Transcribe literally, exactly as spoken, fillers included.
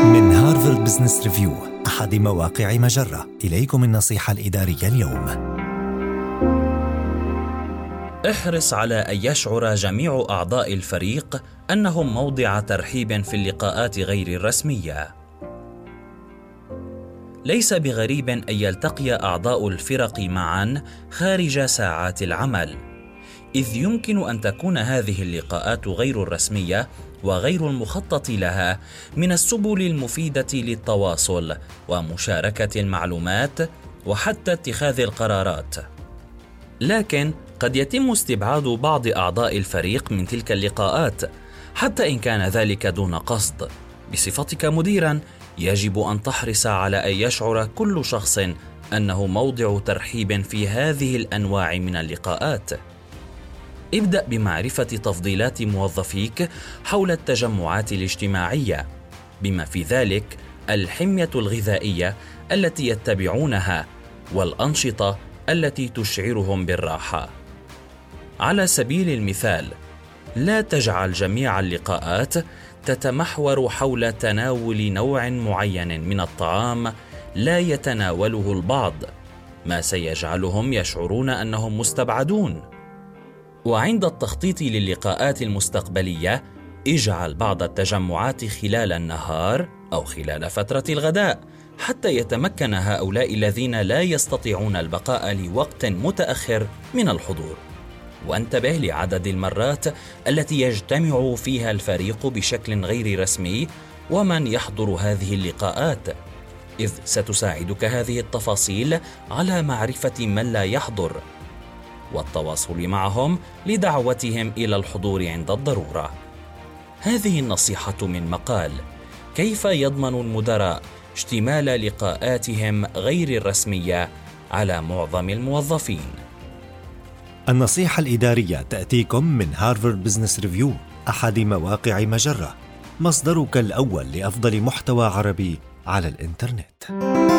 من هارفارد بزنس ريفيو، أحد مواقع مجرة، إليكم النصيحة الإدارية اليوم. احرص على أن يشعر جميع أعضاء الفريق أنهم موضع ترحيب في اللقاءات غير الرسمية. ليس بغريب أن يلتقي أعضاء الفرق معاً خارج ساعات العمل، إذ يمكن أن تكون هذه اللقاءات غير الرسمية وغير المخطط لها من السبل المفيدة للتواصل ومشاركة المعلومات وحتى اتخاذ القرارات. لكن قد يتم استبعاد بعض أعضاء الفريق من تلك اللقاءات حتى إن كان ذلك دون قصد. بصفتك مديراً، يجب أن تحرص على أن يشعر كل شخص أنه موضع ترحيب في هذه الأنواع من اللقاءات. ابدأ بمعرفة تفضيلات موظفيك حول التجمعات الاجتماعية، بما في ذلك الحمية الغذائية التي يتبعونها والأنشطة التي تشعرهم بالراحة. على سبيل المثال، لا تجعل جميع اللقاءات تتمحور حول تناول نوع معين من الطعام لا يتناوله البعض، ما سيجعلهم يشعرون أنهم مستبعدون. وعند التخطيط للقاءات المستقبلية، اجعل بعض التجمعات خلال النهار أو خلال فترة الغداء حتى يتمكن هؤلاء الذين لا يستطيعون البقاء لوقت متأخر من الحضور. وانتبه لعدد المرات التي يجتمع فيها الفريق بشكل غير رسمي ومن يحضر هذه اللقاءات، إذ ستساعدك هذه التفاصيل على معرفة من لا يحضر والتواصل معهم لدعوتهم إلى الحضور عند الضرورة. هذه النصيحة من مقال كيف يضمن المدراء اشتمال لقاءاتهم غير الرسمية على معظم الموظفين. النصيحة الإدارية تأتيكم من هارفارد بزنس ريفيو، أحد مواقع مجرة، مصدرك الأول لأفضل محتوى عربي على الإنترنت.